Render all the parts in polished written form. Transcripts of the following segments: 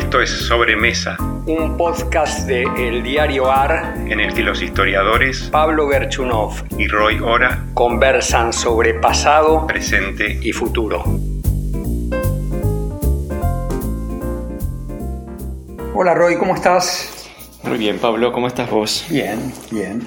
Esto es Sobremesa, un podcast de El Diario AR, en el que los historiadores Pablo Gerchunov y Roy Ora conversan sobre pasado, presente y futuro. Hola Roy, ¿cómo estás? Muy bien, Pablo, ¿cómo estás vos? Bien, bien.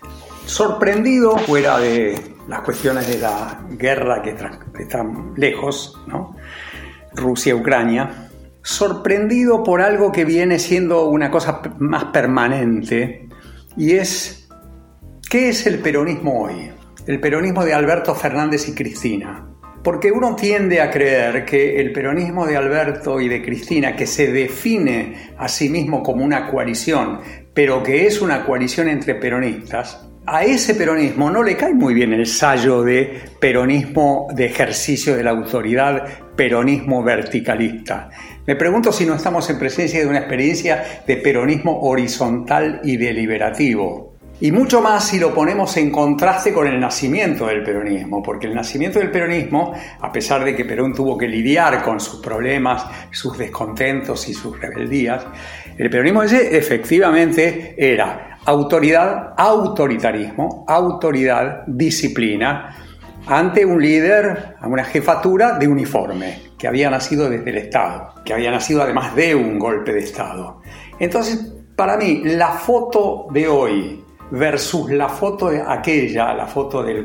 Sorprendido, fuera de las cuestiones de la guerra que están lejos, ¿no? Rusia-Ucrania, sorprendido por algo que viene siendo una cosa más permanente, y es, ¿qué es el peronismo hoy? El peronismo de Alberto Fernández y Cristina. Porque uno tiende a creer que el peronismo de Alberto y de Cristina, que se define a sí mismo como una coalición, pero que es una coalición entre peronistas, a ese peronismo no le cae muy bien el sayo de peronismo de ejercicio de la autoridad, peronismo verticalista. Me pregunto si no estamos en presencia de una experiencia de peronismo horizontal y deliberativo. Y mucho más si lo ponemos en contraste con el nacimiento del peronismo, porque el nacimiento del peronismo, a pesar de que Perón tuvo que lidiar con sus problemas, sus descontentos y sus rebeldías, el peronismo ese efectivamente era autoridad, autoritarismo, autoridad, disciplina, ante un líder, a una jefatura de uniforme, que había nacido desde el Estado, que había nacido además de un golpe de Estado. Entonces, para mí, la foto de hoy versus la foto de aquella, la foto del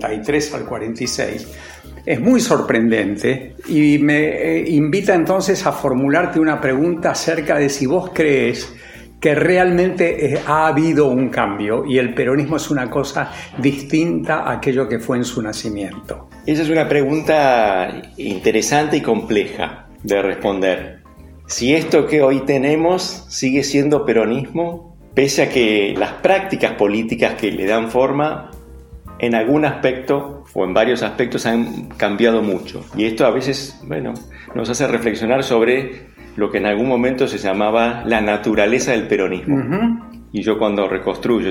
43 al 46, es muy sorprendente y me invita entonces a formularte una pregunta acerca de si vos crees que realmente ha habido un cambio y el peronismo es una cosa distinta a aquello que fue en su nacimiento. Esa es una pregunta interesante y compleja de responder. Si esto que hoy tenemos sigue siendo peronismo, pese a que las prácticas políticas que le dan forma, en algún aspecto o en varios aspectos han cambiado mucho. Y esto a veces, nos hace reflexionar sobre lo que en algún momento se llamaba la naturaleza del peronismo. Uh-huh. Y yo cuando reconstruyo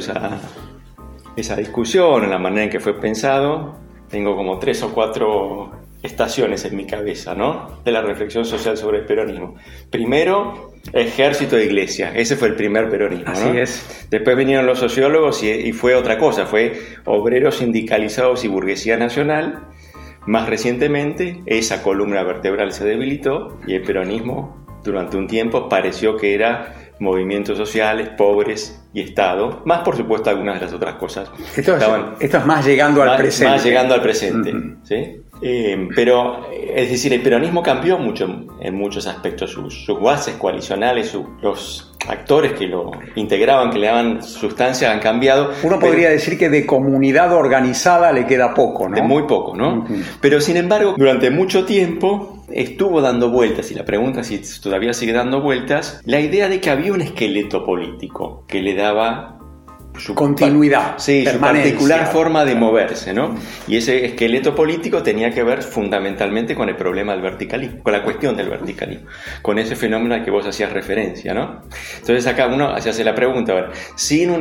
esa discusión, en la manera en que fue pensado, tengo como 3 o 4 estaciones en mi cabeza, ¿no? De la reflexión social sobre el peronismo. Primero, ejército de iglesia. Ese fue el primer peronismo, ¿no? Así es. Después vinieron los sociólogos y fue otra cosa. Fue obreros sindicalizados y burguesía nacional. Más recientemente, esa columna vertebral se debilitó y el peronismo, durante un tiempo, pareció que era movimientos sociales, pobres y Estado, más por supuesto algunas de las otras cosas. Esto es más llegando al presente. Más llegando al presente, uh-huh. ¿sí? Pero, es decir, el peronismo cambió mucho en muchos aspectos, sus bases coalicionales, los actores que lo integraban, que le daban sustancia, han cambiado. Uno podría decir que de comunidad organizada le queda poco, ¿no? De muy poco, ¿no? Uh-huh. Pero sin embargo, durante mucho tiempo estuvo dando vueltas, y la pregunta es si todavía sigue dando vueltas, la idea de que había un esqueleto político que le daba su continuidad, sí, su particular forma de moverse, ¿no? Y ese esqueleto político tenía que ver fundamentalmente con el problema del verticalismo, con la cuestión del verticalismo, con ese fenómeno al que vos hacías referencia, ¿no? Entonces acá uno se hace la pregunta, a ver, sin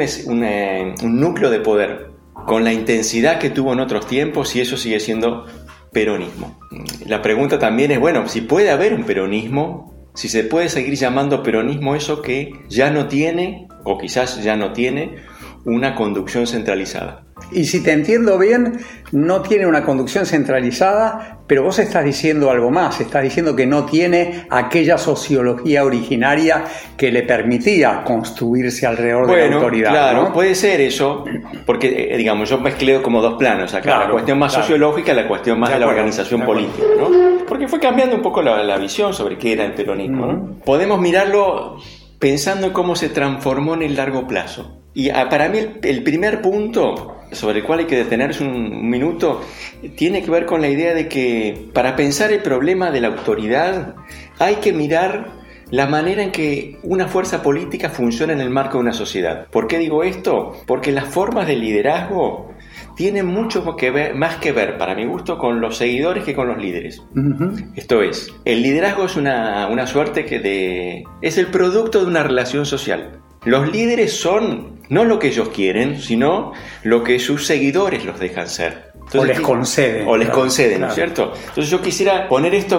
un núcleo de poder con la intensidad que tuvo en otros tiempos, si eso sigue siendo peronismo. La pregunta también es, si puede haber un peronismo, si se puede seguir llamando peronismo eso que ya no tiene, o quizás ya no tiene, una conducción centralizada. Y si te entiendo bien, no tiene una conducción centralizada, pero vos estás diciendo algo más, estás diciendo que no tiene aquella sociología originaria que le permitía construirse alrededor de la autoridad. Claro, ¿no? Puede ser eso, porque yo mezcleo como dos planos acá, la cuestión más sociológica y la cuestión más de la organización política, ¿no? Porque fue cambiando un poco la visión sobre qué era el peronismo, ¿no? Podemos mirarlo pensando en cómo se transformó en el largo plazo. Y para mí el primer punto sobre el cual hay que detenerse un minuto tiene que ver con la idea de que para pensar el problema de la autoridad hay que mirar la manera en que una fuerza política funciona en el marco de una sociedad. ¿Por qué digo esto? Porque las formas de liderazgo tienen mucho más que ver, para mi gusto, con los seguidores que con los líderes. Uh-huh. Esto es, el liderazgo es una suerte es el producto de una relación social. Los líderes son no lo que ellos quieren, sino lo que sus seguidores los dejan ser. Entonces, o les conceden. O les conceden, ¿no es cierto? Entonces yo quisiera poner esto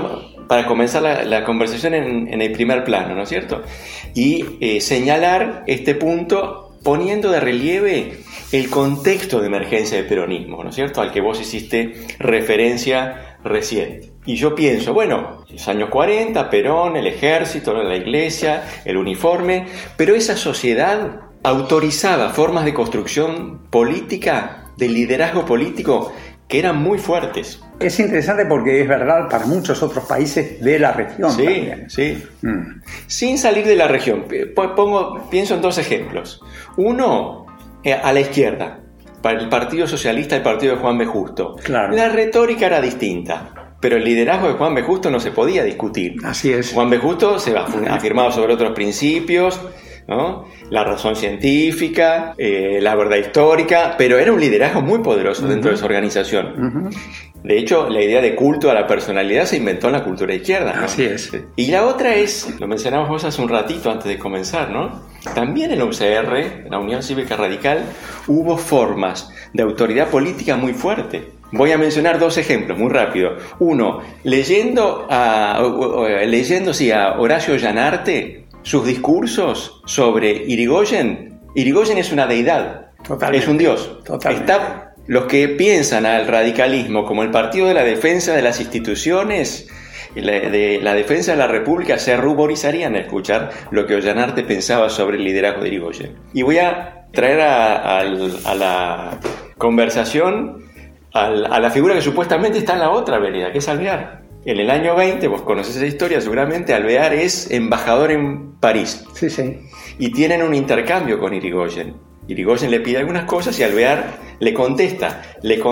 para comenzar la conversación en el primer plano, ¿no es cierto? Y señalar este punto poniendo de relieve el contexto de emergencia del peronismo, ¿no es cierto?, al que vos hiciste referencia recién. Y yo pienso, bueno, los años 40, Perón, el ejército, la iglesia, el uniforme, pero esa sociedad autorizaba formas de construcción política, de liderazgo político, que eran muy fuertes. Es interesante porque es verdad para muchos otros países de la región. Sí, también. Sí. Sin salir de la región, pienso en dos ejemplos. Uno, a la izquierda, para el Partido Socialista, el partido de Juan B. Justo. Claro. La retórica era distinta, pero el liderazgo de Juan B. Justo no se podía discutir. Así es. Juan B. Justo se afirmaba sobre otros principios, ¿no? La razón científica, la verdad histórica, pero era un liderazgo muy poderoso dentro de esa organización. De hecho, la idea de culto a la personalidad se inventó en la cultura izquierda, ¿no? Así es. Y la otra es, lo mencionamos vos hace un ratito antes de comenzar, ¿no? También en la UCR, en la Unión Cívica Radical, hubo formas de autoridad política muy fuerte. Voy a mencionar dos ejemplos muy rápido. Uno, leyendo a Horacio Llanarte, sus discursos sobre Irigoyen. Irigoyen es una deidad, Totalmente. es un dios. Totalmente. Los que piensan al radicalismo como el partido de la defensa de las instituciones, de la defensa de la República, se ruborizarían al escuchar lo que Ollanarte pensaba sobre el liderazgo de Irigoyen. Y voy a traer a la conversación a la figura que supuestamente está en la otra vereda, que es Alvear. En el año 20, vos conocés esa historia seguramente, Alvear es embajador en París. Sí, sí. Y tienen un intercambio con Irigoyen. Irigoyen le pide algunas cosas y Alvear le contesta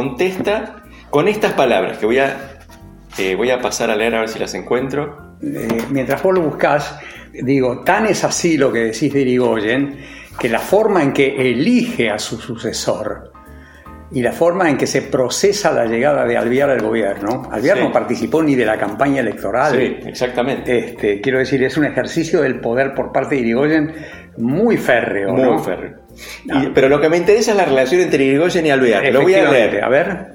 con estas palabras que voy a pasar a leer a ver si las encuentro. Mientras vos lo buscás, digo, tan es así lo que decís de Irigoyen, que la forma en que elige a su sucesor y la forma en que se procesa la llegada de Alvear al gobierno. Alvear no participó ni de la campaña electoral. Sí, exactamente. Quiero decir, es un ejercicio del poder por parte de Irigoyen muy férreo. Muy ¿no? férreo. Pero lo que me interesa es la relación entre Irigoyen y Alvear. Lo voy a leer. A ver.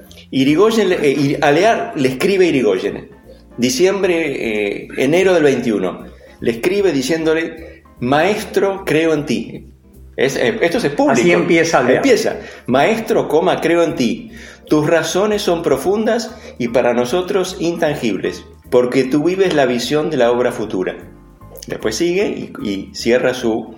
Alvear le escribe a Irigoyen, enero del 21. Le escribe diciéndole: maestro, creo en ti. Esto es público. Así empieza Alvear. Empieza: maestro, creo en ti. Tus razones son profundas y para nosotros intangibles, porque tú vives la visión de la obra futura. Después sigue y cierra su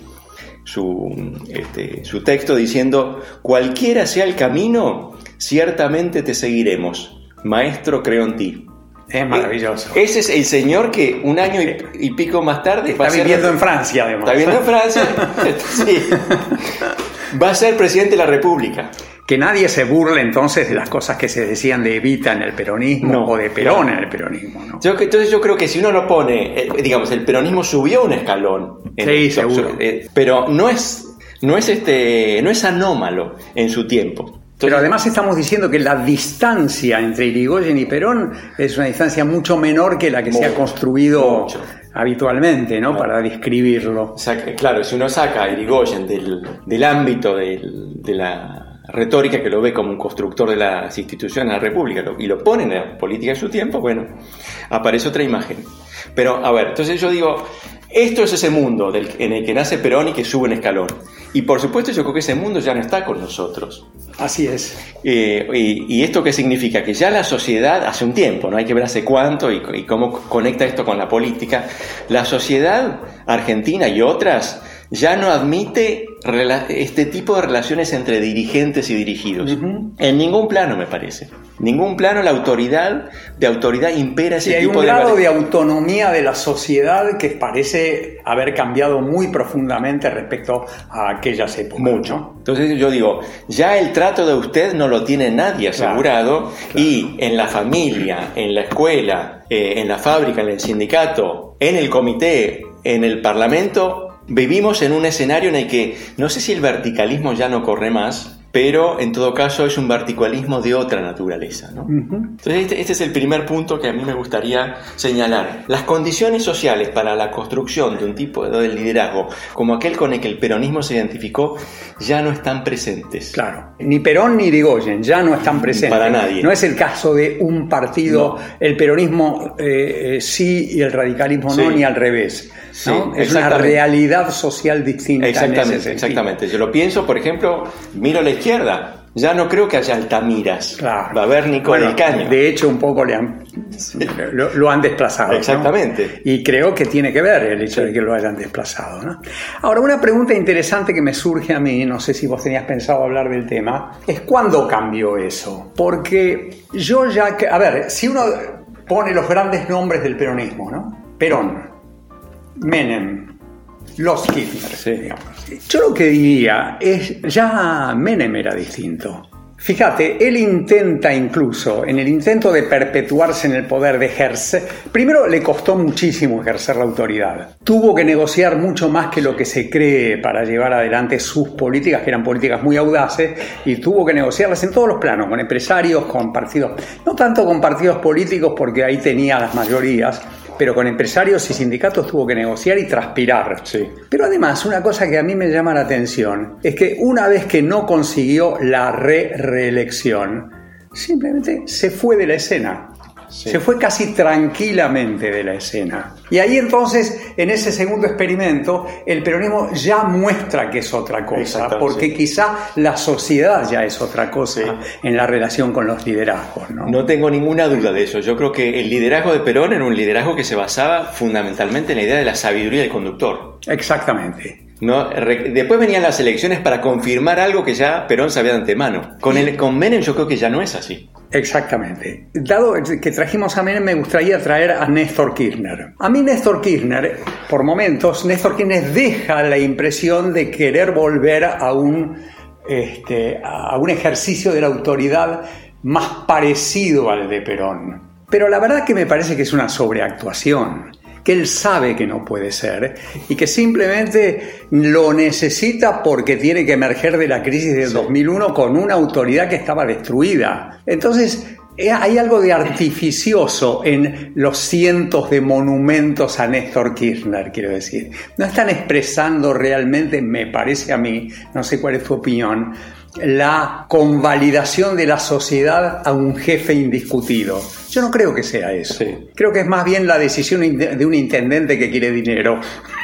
texto diciendo: cualquiera sea el camino, ciertamente te seguiremos. Maestro, creo en ti. Es maravilloso. Ese es el señor que un año y pico más tarde está viviendo en Francia, además. Está viviendo en Francia. Sí. Va a ser presidente de la República. Que nadie se burle entonces de las cosas que se decían de Evita en el peronismo o de Perón en el peronismo, ¿no? Entonces yo creo que si uno lo pone, el peronismo subió un escalón. Sí, seguro. Pero no es anómalo en su tiempo. Pero además estamos diciendo que la distancia entre Irigoyen y Perón es una distancia mucho menor que la que se ha construido habitualmente, ¿no? Para describirlo. Claro, si uno saca a Irigoyen del ámbito de la retórica, que lo ve como un constructor de las instituciones de la República, y lo pone en la política de su tiempo, bueno, aparece otra imagen. Pero, a ver, entonces yo digo, esto es ese mundo en el que nace Perón y que sube un escalón. Y por supuesto yo creo que ese mundo ya no está con nosotros. Así es. ¿Y esto qué significa? Que ya la sociedad, hace un tiempo, ¿no? Hay que ver hace cuánto y cómo conecta esto con la política. La sociedad argentina y otras ya no admite este tipo de relaciones entre dirigentes y dirigidos. En ningún plano, me parece. Ningún plano la autoridad impera ese tipo de... Hay un grado de autonomía de la sociedad que parece haber cambiado muy profundamente respecto a aquellas épocas. Mucho. Entonces yo digo, ya el trato de usted no lo tiene nadie asegurado, y en la familia, en la escuela, en la fábrica, en el sindicato, en el comité, en el parlamento, vivimos en un escenario en el que no sé si el verticalismo ya no corre más, pero en todo caso es un verticalismo de otra naturaleza, ¿no? Entonces este es el primer punto que a mí me gustaría señalar. Las condiciones sociales para la construcción de un tipo de liderazgo como aquel con el que el peronismo se identificó ya no están presentes. Claro, ni Perón ni Irigoyen ya no están presentes. Para nadie. No es el caso de un partido, no. El peronismo sí y el radicalismo no, ni al revés. Sí, ¿no? Es una realidad social distinta. Exactamente. Yo lo pienso, por ejemplo, miro a la izquierda. Ya no creo que haya Altamires. Claro. Va a haber Nicolás del Caño. De hecho, un poco lo han desplazado. Exactamente. ¿No? Y creo que tiene que ver el hecho de que lo hayan desplazado, ¿no? Ahora, una pregunta interesante que me surge a mí, no sé si vos tenías pensado hablar del tema, es ¿cuándo cambió eso? Porque yo ya... A ver, si uno pone los grandes nombres del peronismo, ¿no? Perón, Menem, los Kirchner, digamos. Yo lo que diría es, ya Menem era distinto. Fíjate, él intenta incluso, en el intento de perpetuarse en el poder, de ejercer, primero le costó muchísimo ejercer la autoridad. Tuvo que negociar mucho más que lo que se cree para llevar adelante sus políticas, que eran políticas muy audaces, y tuvo que negociarlas en todos los planos, con empresarios, con partidos, no tanto con partidos políticos porque ahí tenía las mayorías, pero con empresarios y sindicatos tuvo que negociar y transpirar. Sí. Pero además, una cosa que a mí me llama la atención es que una vez que no consiguió la reelección, simplemente se fue de la escena. Sí. Se fue casi tranquilamente de la escena. Y ahí entonces, en ese segundo experimento, el peronismo ya muestra que es otra cosa, porque quizá la sociedad ya es otra cosa en la relación con los liderazgos, ¿no? No tengo ninguna duda de eso. Yo creo que el liderazgo de Perón era un liderazgo que se basaba fundamentalmente en la idea de la sabiduría del conductor. Exactamente. ¿No? Después venían las elecciones para confirmar algo que ya Perón sabía de antemano. Con Menem yo creo que ya no es así. Exactamente. Dado que trajimos a Menem, me gustaría traer a Néstor Kirchner. A mí Néstor Kirchner, por momentos, Néstor Kirchner deja la impresión de querer volver a un ejercicio de la autoridad más parecido al de Perón. Pero la verdad que me parece que es una sobreactuación, que él sabe que no puede ser y que simplemente lo necesita porque tiene que emerger de la crisis del 2001 con una autoridad que estaba destruida. Entonces, hay algo de artificioso en los cientos de monumentos a Néstor Kirchner, quiero decir. No están expresando realmente, me parece a mí, no sé cuál es tu opinión, la convalidación de la sociedad a un jefe indiscutido. Yo no creo que sea eso. Sí. Creo que es más bien la decisión de un intendente que quiere dinero.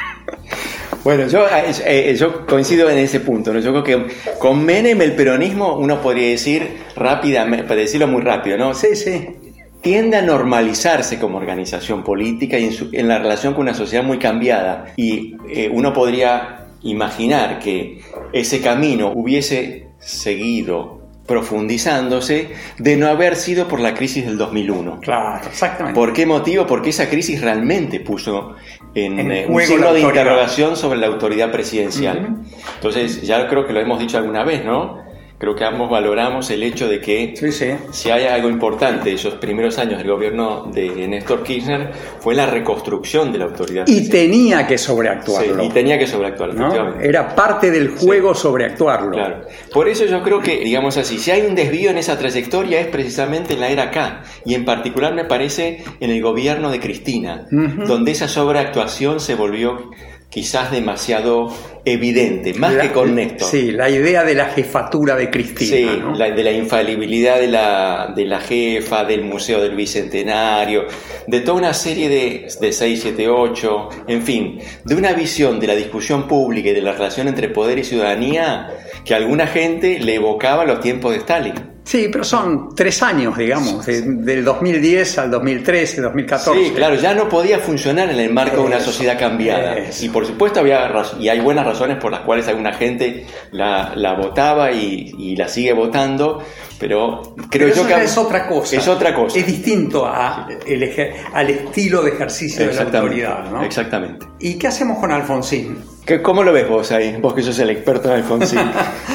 Bueno, yo coincido en ese punto, ¿no? Yo creo que con Menem el peronismo, uno podría decir rápidamente, para decirlo muy rápido, ¿no? Sí. Tiende a normalizarse como organización política y en la relación con una sociedad muy cambiada. Y uno podría imaginar que ese camino hubiese seguido profundizándose de no haber sido por la crisis del 2001. Claro, exactamente. ¿Por qué motivo? Porque esa crisis realmente puso en un signo de interrogación sobre la autoridad presidencial. Entonces, ya creo que lo hemos dicho alguna vez, ¿no? Creo que ambos valoramos el hecho de que si hay algo importante de esos primeros años del gobierno de Néstor Kirchner fue la reconstrucción de la autoridad. Y tenía que sobreactuarlo. Sí, y tenía que sobreactuarlo, ¿no? efectivamente. Era parte del juego sobreactuarlo. Claro. Por eso yo creo que, digamos así, si hay un desvío en esa trayectoria es precisamente en la era K. Y en particular me parece en el gobierno de Cristina, donde esa sobreactuación se volvió quizás demasiado evidente, más que con Néstor. Sí, la idea de la jefatura de Cristina. Sí, ¿no? De la infalibilidad de la jefa, del Museo del Bicentenario, de toda una serie de 6, 7, 8, en fin, de una visión de la discusión pública y de la relación entre poder y ciudadanía que a alguna gente le evocaba los tiempos de Stalin. Sí, pero son 3 años, digamos, del 2010 al 2013, 2014. Sí, claro, ya no podía funcionar en el marco de una sociedad cambiada. Y por supuesto hay buenas razones por las cuales alguna gente la votaba y la sigue votando, pero creo yo que es otra cosa. Es otra cosa. Es distinto al estilo de ejercicio de la autoridad, ¿no? Exactamente. ¿Y qué hacemos con Alfonsín? ¿Cómo lo ves vos ahí? Vos que sos el experto en Alfonsín.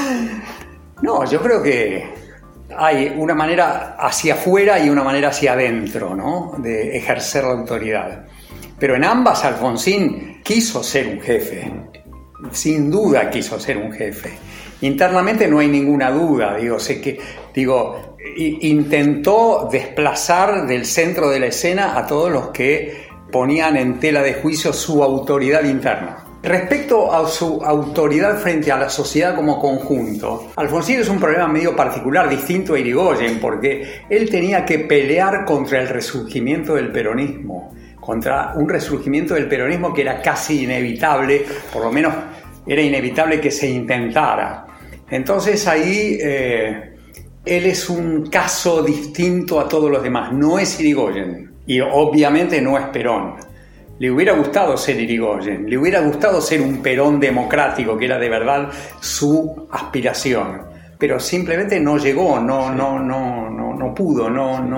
No, yo creo que hay una manera hacia afuera y una manera hacia adentro, ¿no? De ejercer la autoridad. Pero en ambas Alfonsín quiso ser un jefe. Sin duda quiso ser un jefe. Internamente no hay ninguna duda, intentó desplazar del centro de la escena a todos los que ponían en tela de juicio su autoridad interna. Respecto a su autoridad frente a la sociedad como conjunto, Alfonsín es un problema medio particular, distinto a Irigoyen, porque él tenía que pelear contra el resurgimiento del peronismo, contra un resurgimiento del peronismo que era casi inevitable, por lo menos era inevitable que se intentara. Entonces ahí él es un caso distinto a todos los demás, no es Irigoyen y obviamente no es Perón. Le hubiera gustado ser Irigoyen, le hubiera gustado ser un Perón democrático, que era de verdad su aspiración, pero simplemente no llegó, no pudo,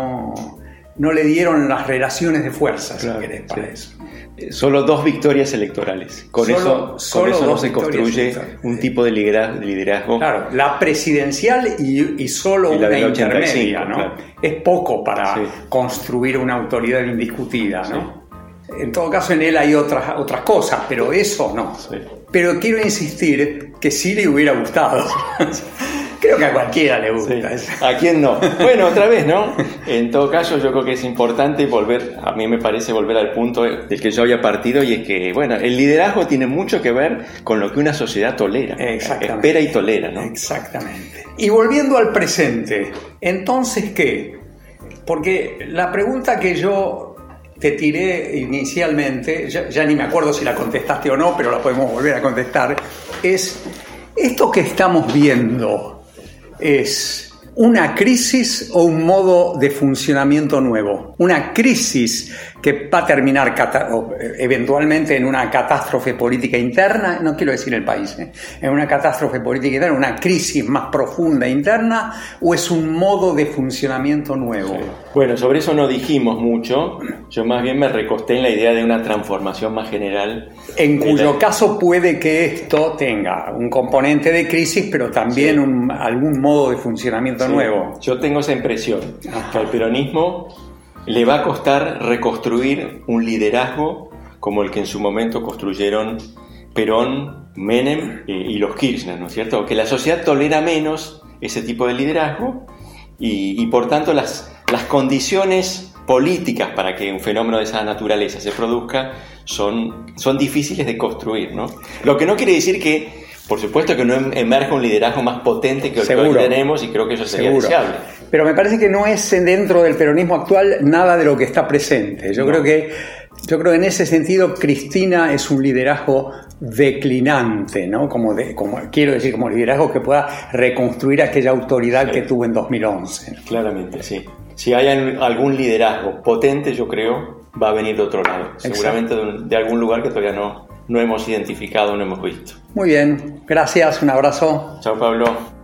no le dieron las relaciones de fuerza, claro, si querés, para eso. Solo 2 victorias electorales. Con eso no se construye un tipo de liderazgo. Claro, la presidencial y solo una intermedia, ¿no? Claro. Es poco para construir una autoridad indiscutida, ¿no? Sí. En todo caso, en él hay otras cosas, pero eso no. Sí. Pero quiero insistir que sí le hubiera gustado. Creo que a cualquiera le gusta. Sí. ¿A quién no? Bueno, otra vez, ¿no? En todo caso, yo creo que es importante a mí me parece volver al punto del que yo había partido, y es que, bueno, el liderazgo tiene mucho que ver con lo que una sociedad tolera, espera y tolera, ¿no? Exactamente. Y volviendo al presente, entonces, ¿qué? Porque la pregunta que yo te tiré inicialmente, ya ni me acuerdo si la contestaste o no, pero la podemos volver a contestar, es: ¿esto que estamos viendo es una crisis o un modo de funcionamiento nuevo? Una crisis que va a terminar eventualmente en una catástrofe política interna, no quiero decir el país, en una catástrofe política interna, una crisis más profunda interna, o es un modo de funcionamiento nuevo. Sí. Bueno, sobre eso no dijimos mucho, yo más bien me recosté en la idea de una transformación más general. En cuyo caso puede que esto tenga un componente de crisis, pero también algún modo de funcionamiento nuevo. Yo tengo esa impresión, que al peronismo le va a costar reconstruir un liderazgo como el que en su momento construyeron Perón, Menem y los Kirchner, ¿no es cierto? Que la sociedad tolera menos ese tipo de liderazgo y por tanto las condiciones políticas para que un fenómeno de esa naturaleza se produzca son difíciles de construir, ¿no? Lo que no quiere decir que, por supuesto, que no emerja un liderazgo más potente que el que hoy tenemos, y creo que eso sería deseable. Pero me parece que no es dentro del peronismo actual nada de lo que está presente. Yo creo que en ese sentido Cristina es un liderazgo declinante, ¿no? Como liderazgo que pueda reconstruir aquella autoridad que tuvo en 2011. Claramente, sí. Si hay algún liderazgo potente, yo creo, va a venir de otro lado. Exacto. Seguramente de algún lugar que todavía no hemos identificado, no hemos visto. Muy bien, gracias, un abrazo. Chao, Pablo.